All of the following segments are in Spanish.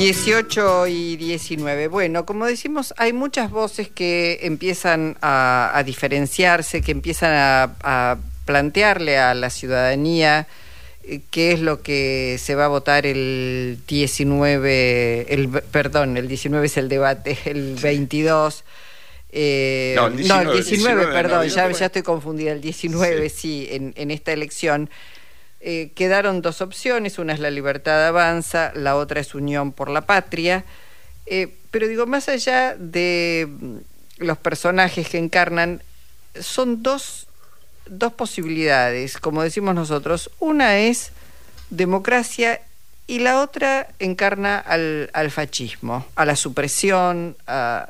18:19. Bueno, como decimos, hay muchas voces que empiezan a diferenciarse, que empiezan a plantearle a la ciudadanía qué es lo que se va a votar el 19, el 19 es el debate, el 22. No, el 19, perdón, ya estoy confundida, el 19, sí, en esta elección. Quedaron dos opciones, una es La Libertad Avanza, la otra es Unión por la Patria, pero digo, más allá de los personajes que encarnan, son dos posibilidades, como decimos nosotros. Una es democracia y la otra encarna al fascismo, a la supresión, a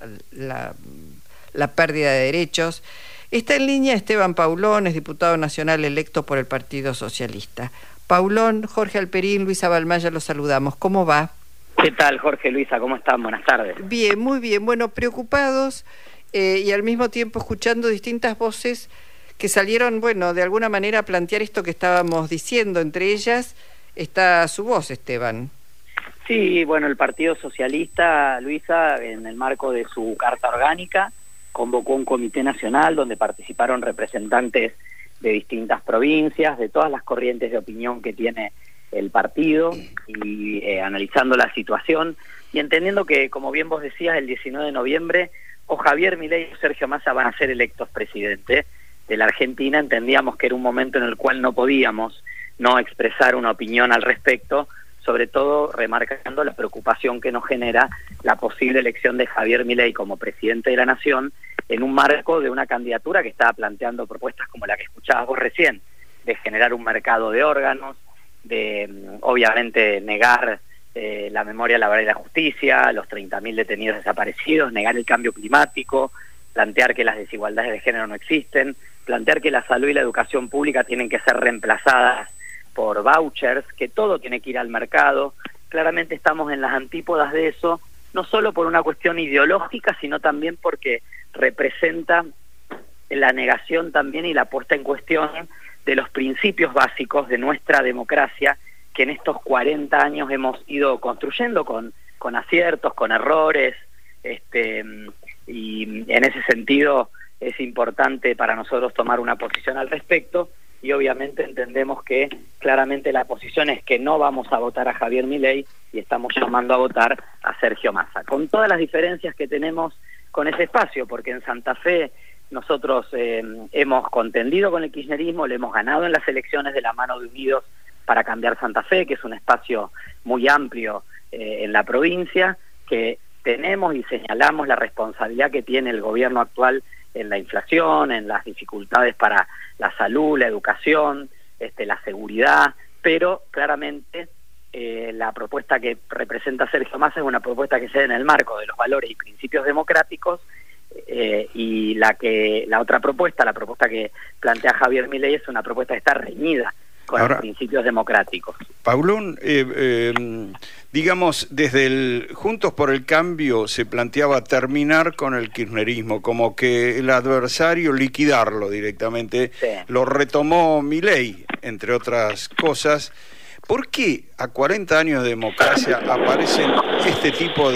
la pérdida de derechos. Está en línea Esteban Paulón, es diputado nacional electo por el Partido Socialista. Paulón, Jorge Alperín, Luisa Balmaya, los saludamos. ¿Cómo va? ¿Qué tal, Jorge, Luisa? ¿Cómo están? Buenas tardes. Bien, muy bien. Bueno, preocupados y al mismo tiempo escuchando distintas voces que salieron, bueno, de alguna manera a plantear esto que estábamos diciendo. Entre ellas está su voz, Esteban. Sí, bueno, el Partido Socialista, Luisa, en el marco de su carta orgánica, convocó un comité nacional donde participaron representantes de distintas provincias, de todas las corrientes de opinión que tiene el partido, y analizando la situación y entendiendo que, como bien vos decías, el 19 de noviembre o Javier Milei o Sergio Massa van a ser electos presidente de la Argentina. Entendíamos que era un momento en el cual no podíamos no expresar una opinión al respecto, sobre todo remarcando la preocupación que nos genera la posible elección de Javier Milei como presidente de la Nación en un marco de una candidatura que estaba planteando propuestas como la que escuchabas vos recién, de generar un mercado de órganos, de obviamente negar la memoria, la verdad y la justicia, los 30.000 detenidos desaparecidos, negar el cambio climático, plantear que las desigualdades de género no existen, plantear que la salud y la educación pública tienen que ser reemplazadas por vouchers, que todo tiene que ir al mercado. Claramente estamos en las antípodas de eso, no solo por una cuestión ideológica, sino también porque representa la negación también y la puesta en cuestión de los principios básicos de nuestra democracia, que en estos 40 años hemos ido construyendo con aciertos, con errores, y en ese sentido es importante para nosotros tomar una posición al respecto. Y obviamente entendemos que claramente la posición es que no vamos a votar a Javier Milei y estamos llamando a votar a Sergio Massa, con todas las diferencias que tenemos con ese espacio, porque en Santa Fe nosotros hemos contendido con el kirchnerismo, le hemos ganado en las elecciones de la mano de Unidos para Cambiar Santa Fe, que es un espacio muy amplio en la provincia, que tenemos y señalamos la responsabilidad que tiene el gobierno actual en la inflación, en las dificultades para la salud, la educación, la seguridad, pero claramente la propuesta que representa Sergio Massa es una propuesta que se da en el marco de los valores y principios democráticos, y la otra propuesta, la propuesta que plantea Javier Milei, es una propuesta que está reñida con los principios democráticos. Paulón, digamos, desde el Juntos por el Cambio se planteaba terminar con el kirchnerismo, como que el adversario liquidarlo directamente. Sí. Lo retomó Milei, entre otras cosas. ¿Por qué a 40 años de democracia aparecen este tipo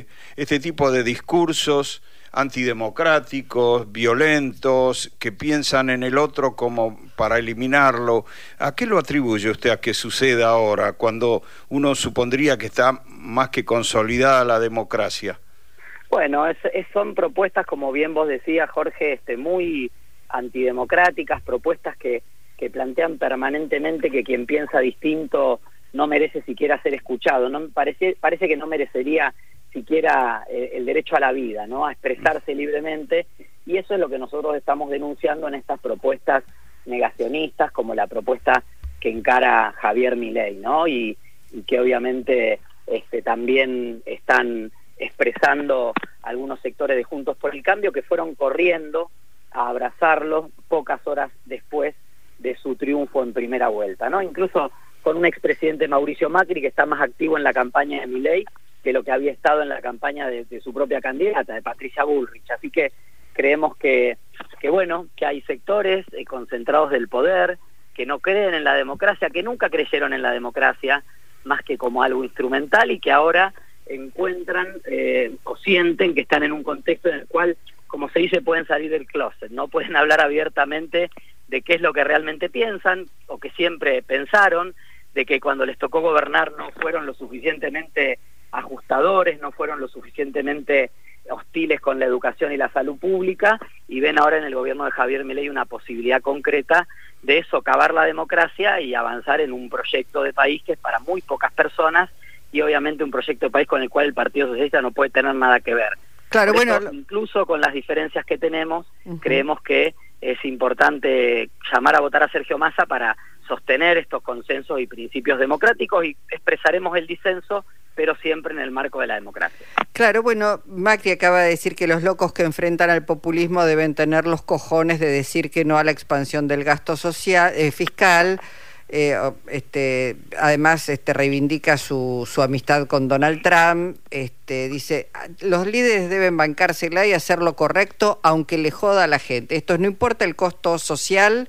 de discursos antidemocráticos, violentos, que piensan en el otro como para eliminarlo? ¿A qué lo atribuye usted a que suceda ahora, cuando uno supondría que está más que consolidada la democracia? Bueno, son propuestas, como bien vos decías, Jorge, muy antidemocráticas, propuestas que plantean permanentemente que quien piensa distinto no merece siquiera ser escuchado. No parece que no merecería siquiera el derecho a la vida, ¿no? A expresarse libremente, y eso es lo que nosotros estamos denunciando en estas propuestas negacionistas, como la propuesta que encara Javier Milei, ¿no? Y que obviamente también están expresando algunos sectores de Juntos por el Cambio, que fueron corriendo a abrazarlo pocas horas después de su triunfo en primera vuelta, ¿no? Incluso con un expresidente, Mauricio Macri, que está más activo en la campaña de Milei que lo que había estado en la campaña de su propia candidata, de Patricia Bullrich. Así que creemos que hay sectores concentrados del poder que no creen en la democracia, que nunca creyeron en la democracia más que como algo instrumental, y que ahora encuentran o sienten que están en un contexto en el cual, como se dice, pueden salir del closet, no pueden hablar abiertamente de qué es lo que realmente piensan o que siempre pensaron, de que cuando les tocó gobernar no fueron lo suficientemente ajustadores, no fueron lo suficientemente hostiles con la educación y la salud pública, y ven ahora en el gobierno de Javier Milei una posibilidad concreta de socavar la democracia y avanzar en un proyecto de país que es para muy pocas personas, y obviamente un proyecto de país con el cual el Partido Socialista no puede tener nada que ver. Claro, Por bueno, eso, incluso con las diferencias que tenemos, creemos que es importante llamar a votar a Sergio Massa para sostener estos consensos y principios democráticos, y expresaremos el disenso, pero siempre en el marco de la democracia. Claro, bueno, Macri acaba de decir que los locos que enfrentan al populismo deben tener los cojones de decir que no a la expansión del gasto social, fiscal. Además reivindica su amistad con Donald Trump. Dice, los líderes deben bancársela y hacer lo correcto aunque le joda a la gente. Esto no importa el costo social,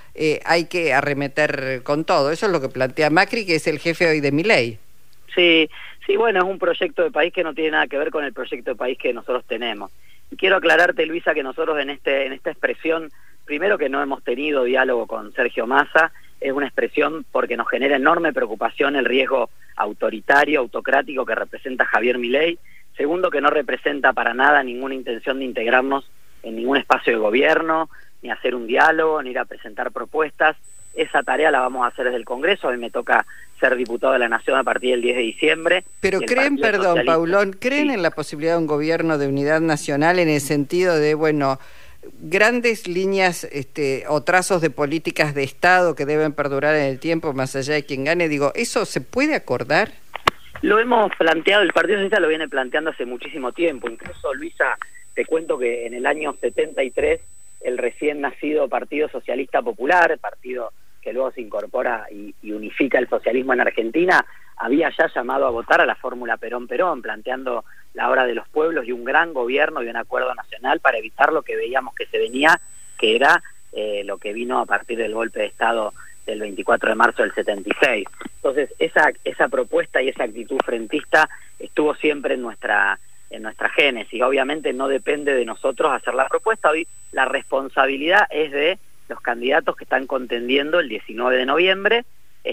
hay que arremeter con todo. Eso es lo que plantea Macri, que es el jefe hoy de Milei. Sí, bueno, es un proyecto de país que no tiene nada que ver con el proyecto de país que nosotros tenemos. Y quiero aclararte, Luisa, que nosotros en esta expresión, primero que no hemos tenido diálogo con Sergio Massa, es una expresión porque nos genera enorme preocupación el riesgo autoritario, autocrático que representa Javier Milei. Segundo, que no representa para nada ninguna intención de integrarnos en ningún espacio de gobierno, ni hacer un diálogo, ni ir a presentar propuestas. Esa tarea la vamos a hacer desde el Congreso. A mí me toca ser diputado de la Nación a partir del 10 de diciembre. Pero creen, perdón, Paulón, ¿creen sí. en la posibilidad de un gobierno de unidad nacional en el sentido de, bueno, grandes líneas o trazos de políticas de Estado que deben perdurar en el tiempo más allá de quien gane? Digo, ¿eso se puede acordar? Lo hemos planteado, el Partido Socialista lo viene planteando hace muchísimo tiempo. Incluso, Luisa, te cuento que en el año 73 el recién nacido Partido Socialista Popular, partido que luego se incorpora y unifica el socialismo en Argentina, había ya llamado a votar a la fórmula Perón-Perón, planteando la obra de los pueblos y un gran gobierno y un acuerdo nacional para evitar lo que veíamos que se venía, que era lo que vino a partir del golpe de Estado del 24 de marzo del 76. Entonces, esa propuesta y esa actitud frentista estuvo siempre en nuestra génesis. Obviamente no depende de nosotros hacer la propuesta. Hoy la responsabilidad es de los candidatos que están contendiendo el 19 de noviembre.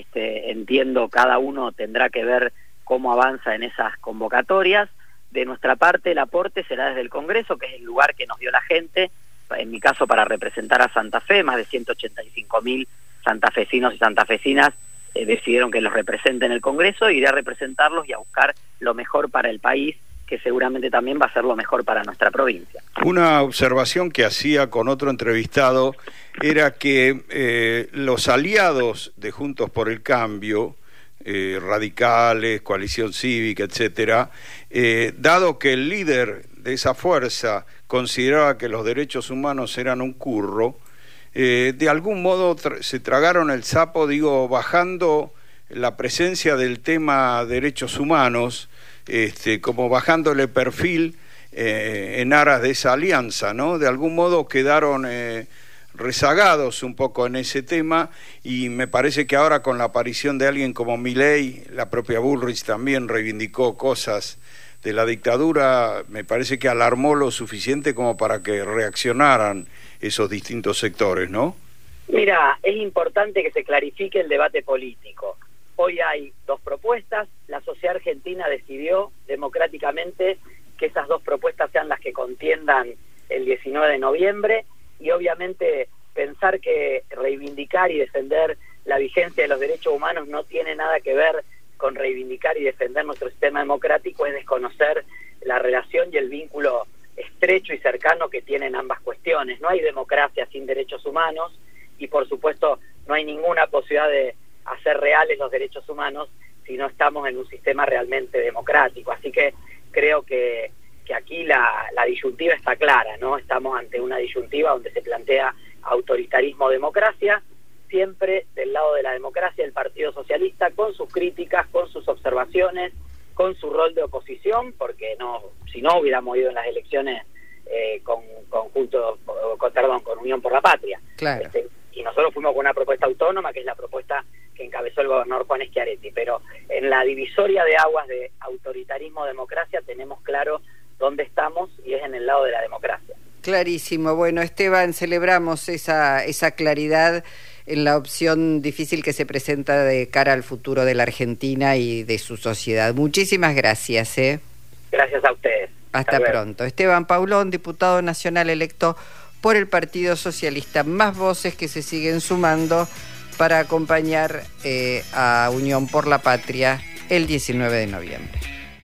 Entiendo, cada uno tendrá que ver cómo avanza en esas convocatorias. De nuestra parte, el aporte será desde el Congreso, que es el lugar que nos dio la gente, en mi caso para representar a Santa Fe. Más de 185.000 santafesinos y santafesinas decidieron que los represente en el Congreso. Iré a representarlos y a buscar lo mejor para el país, que seguramente también va a ser lo mejor para nuestra provincia. Una observación que hacía con otro entrevistado era que los aliados de Juntos por el Cambio, radicales, coalición cívica, etcétera, dado que el líder de esa fuerza consideraba que los derechos humanos eran un curro, de algún modo se tragaron el sapo, bajando la presencia del tema derechos humanos, como bajándole perfil en aras de esa alianza, ¿no? De algún modo quedaron rezagados un poco en ese tema, y me parece que ahora con la aparición de alguien como Milei, la propia Bullrich también reivindicó cosas de la dictadura, me parece que alarmó lo suficiente como para que reaccionaran esos distintos sectores, ¿no? Mira, es importante que se clarifique el debate político. Hoy hay dos propuestas, la sociedad argentina decidió democráticamente que esas dos propuestas sean las que contiendan el 19 de noviembre, y obviamente pensar que reivindicar y defender la vigencia de los derechos humanos no tiene nada que ver con reivindicar y defender nuestro sistema democrático, es desconocer la relación y el vínculo estrecho y cercano que tienen ambas cuestiones. No hay democracia sin derechos humanos, y por supuesto no hay ninguna posibilidad de hacer reales los derechos humanos si no estamos en un sistema realmente democrático. Así que creo que aquí la disyuntiva está clara, ¿no? Estamos ante una disyuntiva donde se plantea autoritarismo-democracia, siempre del lado de la democracia el Partido Socialista, con sus críticas, con sus observaciones, con su rol de oposición, porque si no hubiéramos ido en las elecciones con Unión por la Patria. Claro. Y nosotros fuimos con una propuesta autónoma, que es la propuesta que encabezó el gobernador Juan Schiaretti, pero en la divisoria de aguas de autoritarismo-democracia tenemos claro dónde estamos y es en el lado de la democracia. Clarísimo. Bueno, Esteban, celebramos esa claridad en la opción difícil que se presenta de cara al futuro de la Argentina y de su sociedad. Muchísimas gracias. Gracias a ustedes. Hasta pronto. Esteban Paulón, diputado nacional electo por el Partido Socialista. Más voces que se siguen sumando para acompañar a Unión por la Patria el 19 de noviembre.